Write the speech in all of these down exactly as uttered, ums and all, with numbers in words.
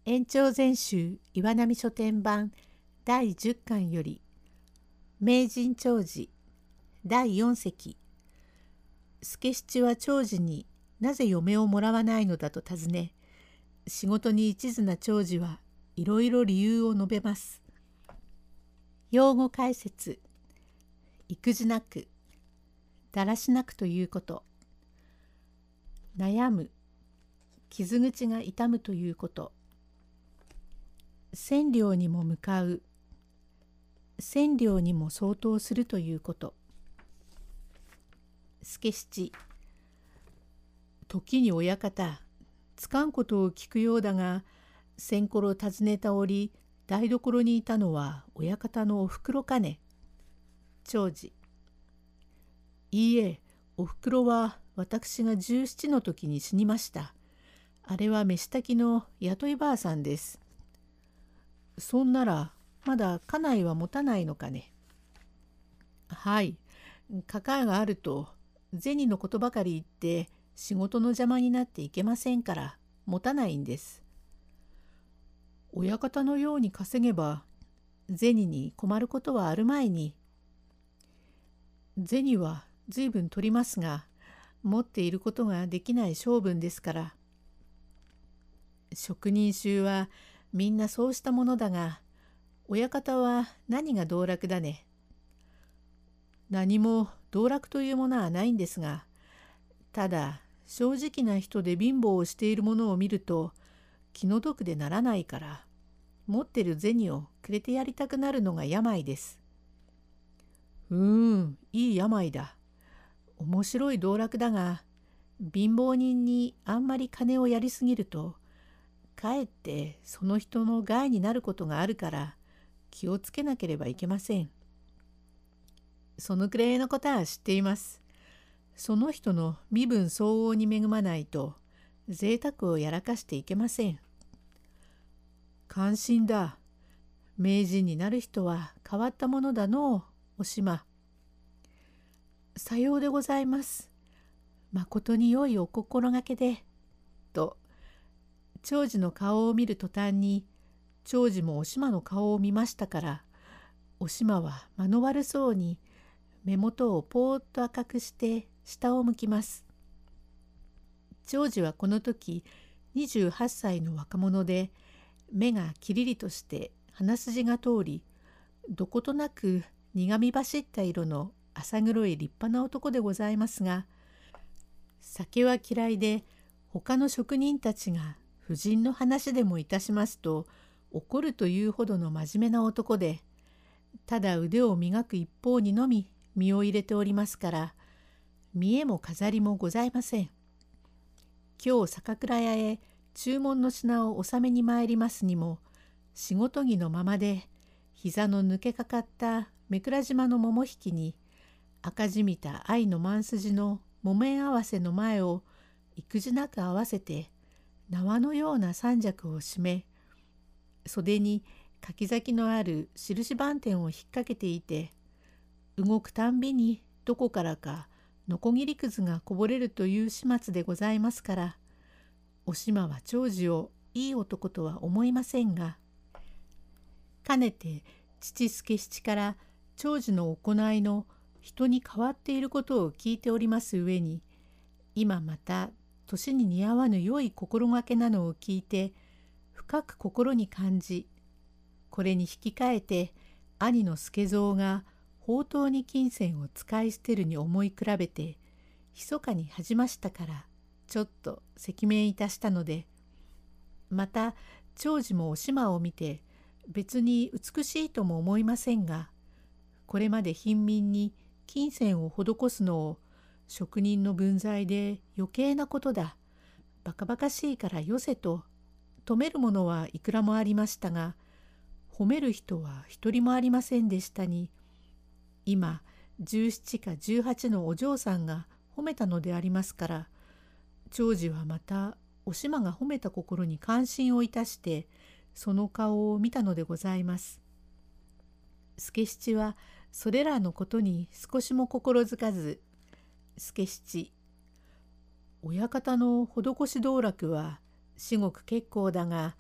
延長全集岩波書店版だいじゅっかんより名人長寿だいよん席。助七は長寿になぜ嫁をもらわないのだと尋ね、仕事に一途な長寿はいろいろ理由を述べます。用語解説。育児なく、だらしなくということ。悩む、傷口が痛むということ。千両にも向かう、千両にも相当するということ。助七。時に親方、つかんことを聞くようだが、先頃尋ねた折、台所にいたのは親方のおふくろかね。長寿。いいえ、おふくろは私が十七の時に死にました。あれは飯炊きの雇いばあさんです。そんならまだ家内は持たないのかね。はい、かかあがあると銭のことばかり言って仕事の邪魔になっていけませんから持たないんです。親方のように稼げば銭に困ることはあるまいに。銭はずいぶん取りますが、持っていることができない性分ですから。職人衆はみんなそうしたものだが、親方は何が道楽だね。何も道楽というものはないんですが、ただ正直な人で貧乏をしているものを見ると気の毒でならないから、持ってる銭をくれてやりたくなるのが病です。うーん、いい病だ。面白い道楽だが、貧乏人にあんまり金をやりすぎると、かえってその人の害になることがあるから気をつけなければいけません。そのくらいのことは知っています。その人の身分相応に恵まないと贅沢をやらかしていけません。感心だ。名人になる人は変わったものだのう、おしま。さようでございます。まことに良いお心がけで。と、長寿の顔を見る途端に、長寿もおしまの顔を見ましたから、おしまは間の悪そうに目元をぽーっと赤くして下を向きます。長寿はこの時にじゅうはっさいの若者で、目がきりりとして鼻筋が通り、どことなく苦み走った色の浅黒い立派な男でございますが、酒は嫌いで、他の職人たちが婦人の話でもいたしますと怒るというほどの真面目な男で、ただ腕を磨く一方にのみ身を入れておりますから、見栄も飾りもございません。今日酒蔵屋へ注文の品を納めに参りますにも、仕事着のままで、膝の抜けかかった目倉島の桃引きに、赤じみた愛の満筋の木綿合わせの前を育児なく合わせて、縄のような三尺を締め、袖に柿咲きのある印番点を引っ掛けていて、動くたんびにどこからかのこぎりくずがこぼれるという始末でございますから、おしまは長寿をいい男とは思いませんが、かねて父助七から長寿の行いの人に変わっていることを聞いております上に、今また年に似合わぬ良い心がけなのを聞いて深く心に感じ、これに引き換えて兄の助蔵が放蕩に金銭を使い捨てるに思い比べて密かに恥じましたから、ちょっと赤面いたしたので、また長寿もおしまを見て別に美しいとも思いませんが、これまで貧民に金銭を施すのを職人の分際で余計なことだ、バカバカしいからよせと止めるものはいくらもありましたが、褒める人は一人もありませんでしたに、今じゅうななかじゅうはちのお嬢さんが褒めたのでありますから、長寿はまたおしまが褒めた心に感心をいたしてその顔を見たのでございます。助七はそれらのことに少しも心づかず、助七、親方の施し道楽は至極結構だが、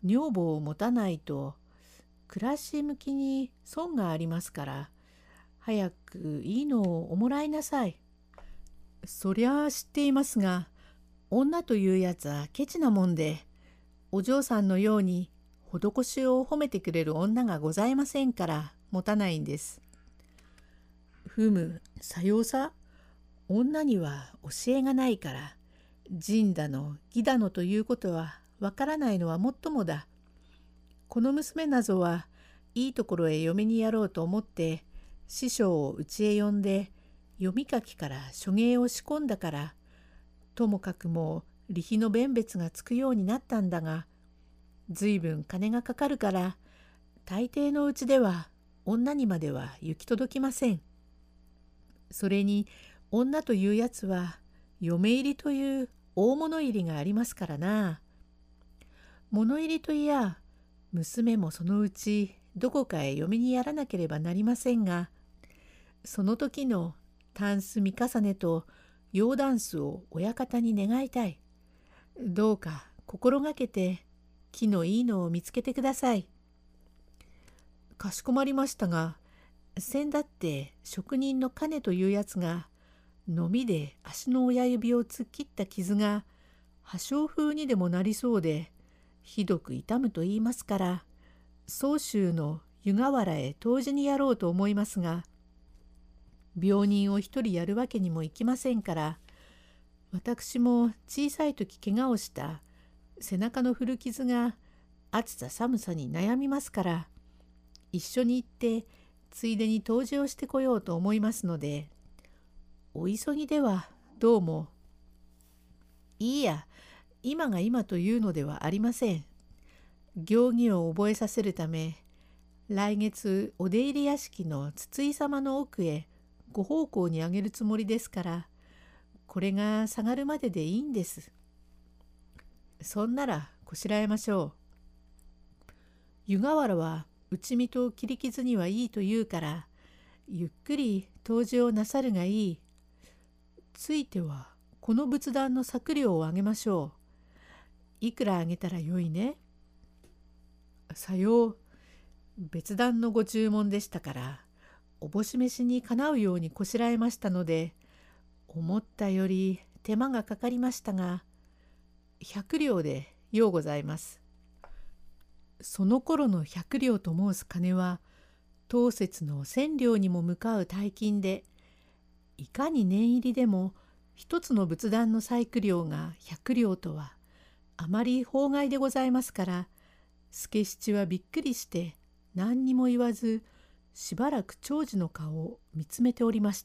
女房を持たないと暮らし向きに損がありますから、早くいいのをおもらいなさい。そりゃあ知っていますが、女というやつはケチなもんで、お嬢さんのように施しを褒めてくれる女がございませんから持たないんです。ふむ、さようさ。女には教えがないから、仁だの義だのということはわからないのはもっともだ。この娘なぞはいいところへ嫁にやろうと思って師匠をうちへ呼んで読み書きから書芸を仕込んだから、ともかくもう利費の弁別がつくようになったんだが、ずいぶん金がかかるから大抵のうちでは女にまでは行き届きません。それに女というやつは嫁入りという大物入りがありますからな。物入りといや娘もそのうちどこかへ嫁にやらなければなりませんが、その時のタンス見重ねと用ダンスを親方に願いたい。どうか心がけて気のいいのを見つけてください。かしこまりましたが、先だって職人の金というやつがのみで足の親指を突っ切った傷が破傷風にでもなりそうでひどく痛むと言いますから、宗州の湯河原へ湯治にやろうと思いますが、病人を一人やるわけにもいきませんから、私も小さい時怪我をした背中の古傷が暑さ寒さに悩みますから、一緒に行ってついでに湯治をしてこようと思いますので、お急ぎではどうも。いいや、今が今というのではありません。行儀を覚えさせるため、来月お出入り屋敷の筒井様の奥へご奉公にあげるつもりですから、これが下がるまででいいんです。そんならこしらえましょう。湯河原は内身と切り傷にはいいというから、ゆっくり湯治をなさるがいい。ついてはこの仏壇の作料をあげましょう。いくらあげたらよいね。さよう。別段のご注文でしたから、おぼし飯にかなうようにこしらえましたので、思ったより手間がかかりましたが、百両でようございます。その頃の百両と申す金は、当節の千両にも向かう大金で、いかに念入りでも一つの仏壇の細工料が百両とはあまり法外でございますから、助七はびっくりして何にも言わず、しばらく長次の顔を見つめておりました。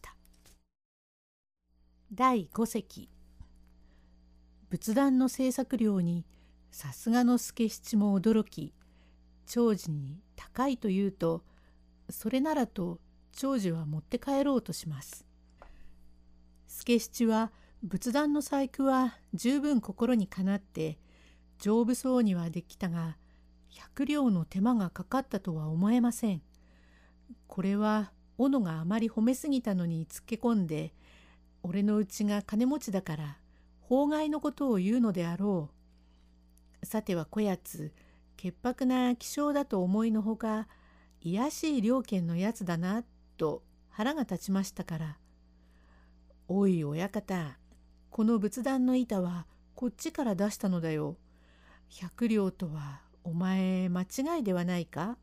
だいご席。仏壇の制作料にさすがの助七も驚き、長次に高いと言うと、それならと長次は持って帰ろうとします。助七は仏壇の細工は十分心にかなって丈夫そうにはできたが、百両の手間がかかったとは思えません。これは斧があまり褒めすぎたのにつけ込んで、俺のうちが金持ちだから法外のことを言うのであろう。さてはこやつ潔白な気性だと思いのほか、いやしい了見のやつだなと腹が立ちましたから、おい親方、この仏壇の板はこっちから出したのだよ。百両とはお前間違いではないか。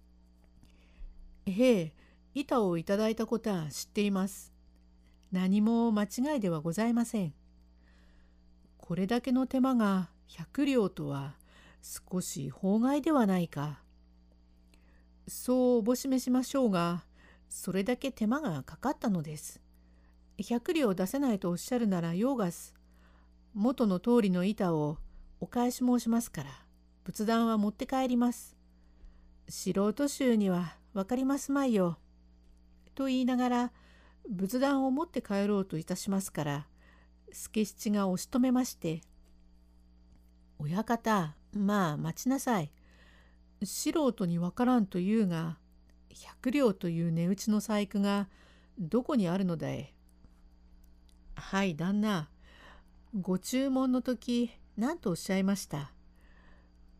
へえ、板をいただいたことは知っています。何も間違いではございません。これだけの手間が百両とは少し法外ではないか。そうおぼしめしましょうが、それだけ手間がかかったのです。百両出せないとおっしゃるならようがす。元の通りの板をお返し申しますから、仏壇は持って帰ります。素人衆にはわかりますまいよ。と言いながら、仏壇を持って帰ろうといたしますから、助七が押し止めまして、親方、まあ待ちなさい。素人にわからんというが、百両という値打ちの細工がどこにあるのだい。はい、旦那。ご注文の時、何とおっしゃいました。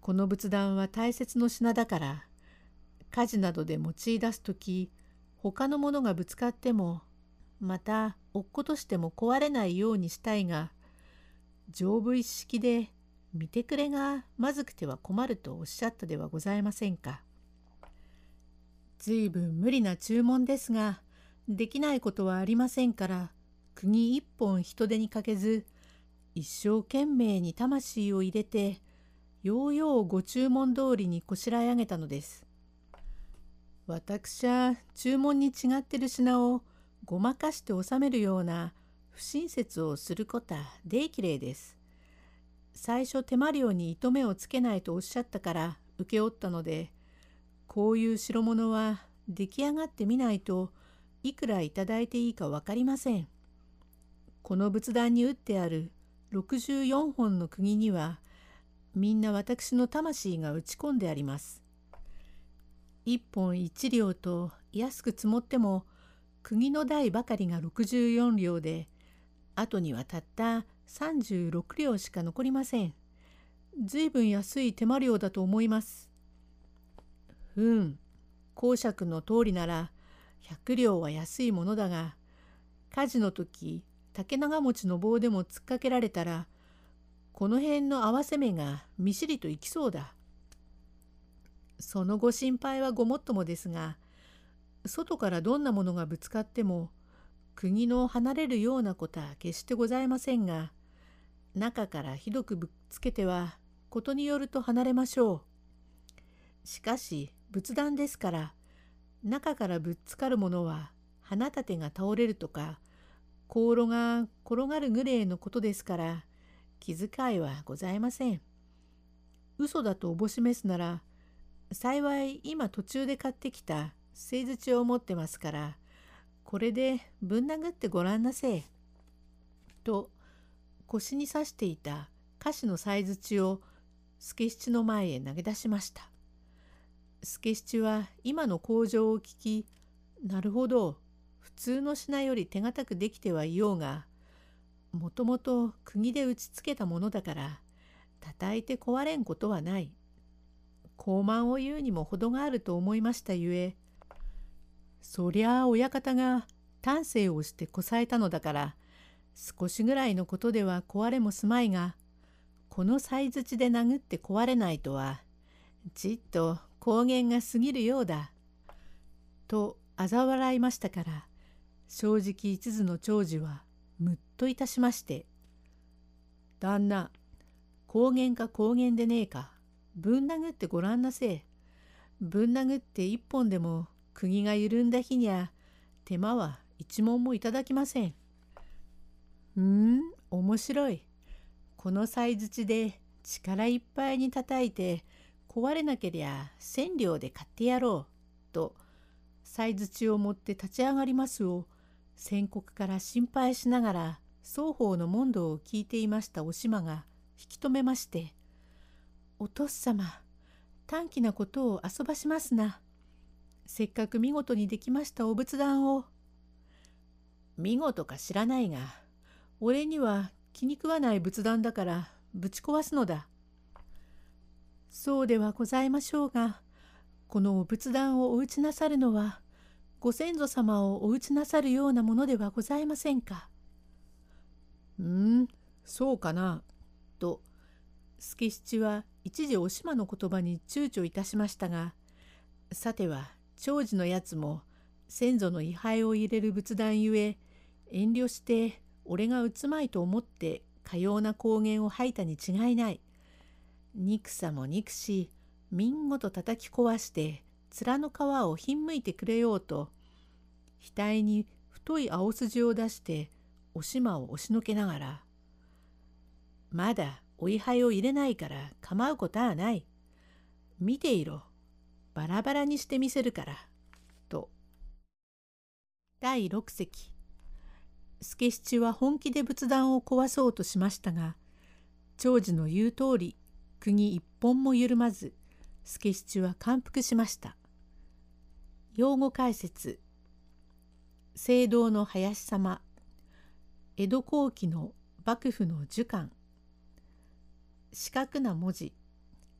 この仏壇は大切の品だから、火事などで用い出すとき、他のものがぶつかっても、また落っことしても壊れないようにしたいが、丈夫一式で見てくれがまずくては困るとおっしゃったではございませんか。ずいぶん無理な注文ですが、できないことはありませんから、釘一本人手にかけず、一生懸命に魂を入れて、ようようご注文通りにこしらえ上げたのです。私は注文に違ってる品をごまかして収めるような不親切をすることは大嫌いです。最初手間料に糸目をつけないとおっしゃったから請け負ったので、こういう代物は出来上がってみないといくらいただいていいかわかりません。この仏壇に打ってあるろくじゅうよんほんの釘にはみんな私の魂が打ち込んであります。一本一両と安く積もっても釘の台ばかりがろくじゅうよん両で、後にはたったさんじゅうろく両しか残りません。ずいぶん安い手間料だと思います。ふん、公爵の通りならひゃく両は安いものだが、火事の時竹長持ちの棒でも突っかけられたら、この辺の合わせ目がみしりといきそうだ。そのご心配はごもっともですが、外からどんなものがぶつかっても、釘の離れるようなことは決してございませんが、中からひどくぶっつけては、ことによると離れましょう。しかし、仏壇ですから、中からぶっつかるものは、花立てが倒れるとか、香炉が転がるぐれいのことですから、気遣いはございません。嘘だとおぼしめすなら、幸い今途中で買ってきた製槌を持ってますから、これでぶん殴ってごらんなせえ。と、腰に刺していた菓子の細槌を助七の前へ投げ出しました。助七は今の口上を聞き、なるほど、普通の品より手堅くできてはいようが、もともと釘で打ちつけたものだから、叩いて壊れんことはない。高慢を言うにも程があると思いましたゆえ、そりゃあ親方が丹精をしてこさえたのだから、少しぐらいのことでは壊れもすまいが、この細槌で殴って壊れないとは、ちっと高原が過ぎるようだ。と嘲笑いましたから、正直一途の長寿はむっといたしまして、旦那、高原か高原でねえか、ぶん殴ってごらんなせえ。ぶん殴って一本でも釘が緩んだ日にゃ、手間は一文もいただきません。うーん、面白い。この細槌で力いっぱいに叩いて、壊れなけりゃ千両で買ってやろう。と、細槌を持って立ち上がりますを、先刻から心配しながら双方の問答を聞いていましたおしまが引き止めまして、お父様、短気なことを遊ばしますな。せっかく見事にできましたお仏壇を。見事か知らないが、俺には気に食わない仏壇だからぶち壊すのだ。そうではございましょうが、このお仏壇をお打ちなさるのは、ご先祖様をお打ちなさるようなものではございませんか。うーん、そうかな。と、助七は一時おしまの言葉に躊躇いたしましたが、さては長寿のやつも先祖の位牌を入れる仏壇ゆえ、遠慮して俺が打つまいと思ってかような高原を吐いたに違いない。憎さも憎し、みんごと叩き壊して面の皮をひんむいてくれようと、額に太い青筋を出しておしまを押しのけながら、まだお位牌を入れないから構うことはない。見ていろ。バラバラにしてみせるから。と。だいろくせき。助七は本気で仏壇を壊そうとしましたが、長寿の言う通り、釘一本も緩まず、助七は感服しました。用語解説。聖堂の林様。江戸後期の幕府の儒官。四角な文字。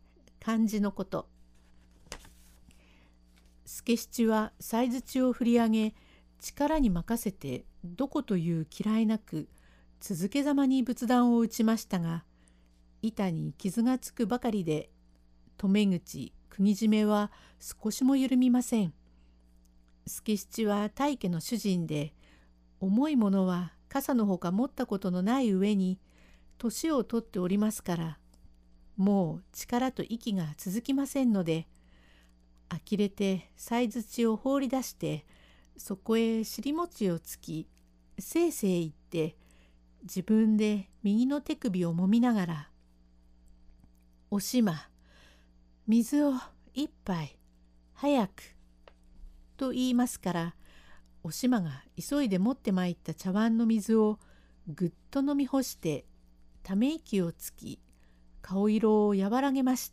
漢字のこと。助七はさいづちを振り上げ、力に任せてどこという嫌いなく続けざまに仏壇を打ちましたが、板に傷がつくばかりで留め口釘締めは少しも緩みません。助七は大家の主人で、重いものは傘のほか持ったことのない上に年を取っておりますから、もう力と息が続きませんので、呆れてさいづちを放り出して、そこへ尻餅をつき、せいせい言って、自分で右の手首をもみながら、おしま、水を一杯、早く、と言いますから、おしまが急いで持ってまいった茶碗の水をぐっと飲み干して、ため息をつき、顔色を和らげまして、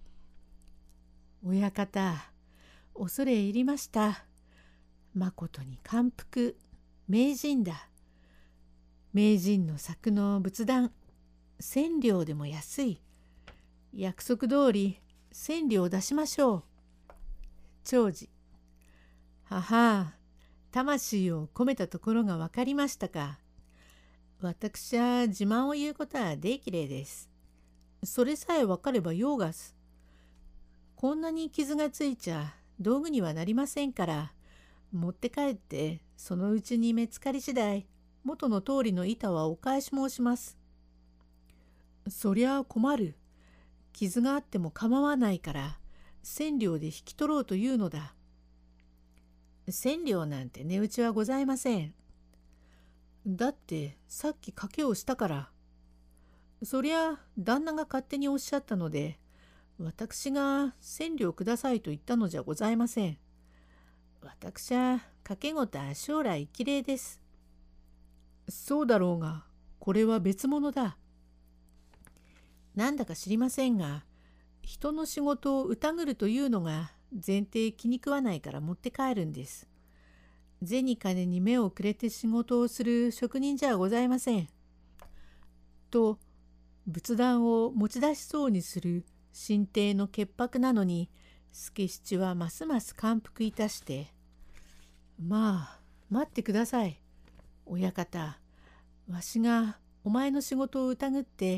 親方、恐れ入りました。まことに感服、名人だ。名人の作の仏壇、千両でも安い。約束通り千両出しましょう。長次、はは、魂を込めたところが分かりましたか。私は自慢を言うことはできれいです。それさえ分かればようがす。こんなに傷がついちゃ道具にはなりませんから、持って帰ってそのうちに目つかり次第、元の通りの板はお返し申します。そりゃあ困る。傷があっても構わないから、千両で引き取ろうというのだ。千両なんて値打ちはございません。だってさっき賭けをしたから。そりゃ旦那が勝手におっしゃったので、私が千両くださいと言ったのじゃございません。私は賭け事は将来きれいです。そうだろうが、これは別物だ。なんだか知りませんが、人の仕事を疑るというのが前提気に食わないから持って帰るんです。銭金に目をくれて仕事をする職人じゃございません。と、仏壇を持ち出しそうにする神帝の潔白なのに、助七はますます感服いたして、まあ、待ってください。親方、わしがお前の仕事を疑って、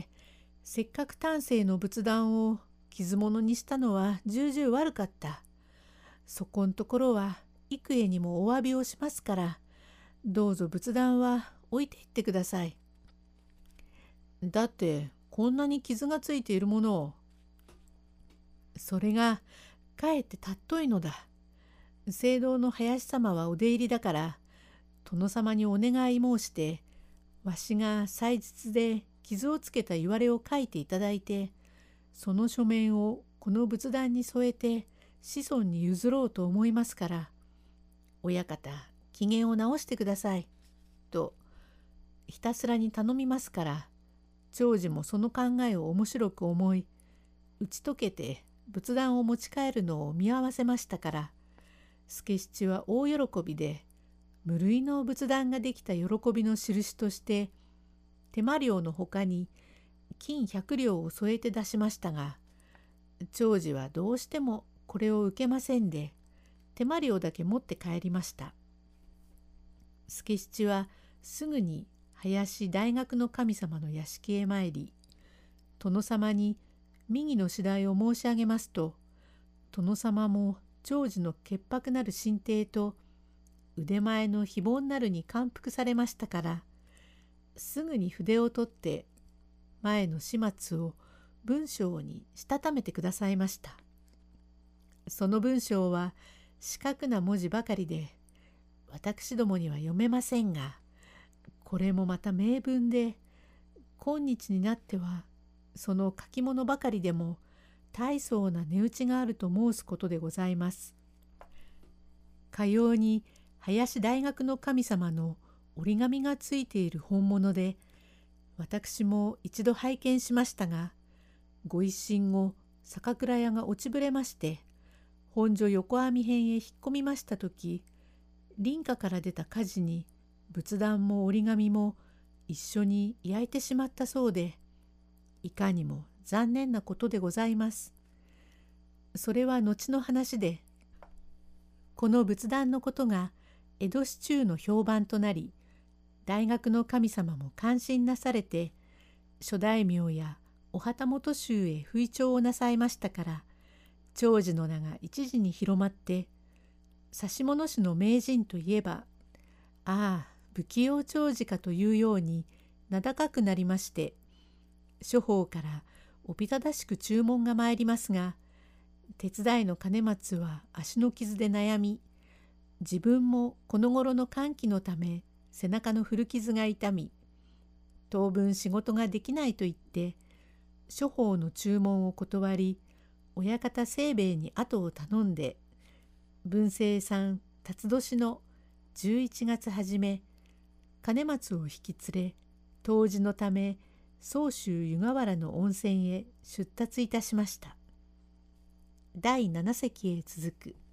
せっかく丹精の仏壇を傷物にしたのは重々悪かった。そこんところは幾重にもお詫びをしますから、どうぞ仏壇は置いていってください。だってこんなに傷がついているものを。それがかえって尊いのだ。聖堂の林様はお出入りだから、殿様にお願い申して、わしが祭日で傷をつけたいわれを書いていただいて、その書面をこの仏壇に添えて子孫に譲ろうと思いますから、親方、機嫌を直してください。と、ひたすらに頼みますから、長次もその考えを面白く思い、打ち解けて仏壇を持ち帰るのを見合わせましたから、助七は大喜びで、無類の仏壇ができた喜びの印として、手間料のほかに金百両を添えて出しましたが、長次はどうしてもこれを受けませんで、手間料だけ持って帰りました。助七はすぐに林大学の神様の屋敷へ参り、殿様に右の次第を申し上げますと、殿様も長次の潔白なる神帝と腕前の非凡なるに感服されましたから、すぐに筆を取って前の始末を文章にしたためてくださいました。その文章は四角な文字ばかりで、私どもには読めませんが、これもまた名文で、今日になってはその書き物ばかりでも大層な値打ちがあると申すことでございます。かように林大学の神様の折り紙がついている本物で、私も一度拝見しましたが、ご一新後酒蔵屋が落ちぶれまして、本所横網編へ引っ込みましたとき、林家から出た火事に仏壇も折り紙も一緒に焼いてしまったそうで、いかにも残念なことでございます。 それは後の話で、この仏壇のことが江戸市中の評判となり、大学の神様も感心なされて、諸大名やお旗本衆へ吹聴をなさいましたから、長寿の名が一時に広まって、指物師の名人といえば、ああ不器用長寿かというように名高くなりまして、諸方からおびただしく注文が参りますが、手伝いの兼松は足の傷で悩み、自分もこの頃の寒気のため背中の古傷が痛み、当分仕事ができないと言って、諸方の注文を断り、親方清兵衛に後を頼んで、文政三辰年のじゅういちがつ初め、兼松を引き連れ、湯治のため宗州湯河原の温泉へ出立いたしました。だいなな席へ続く。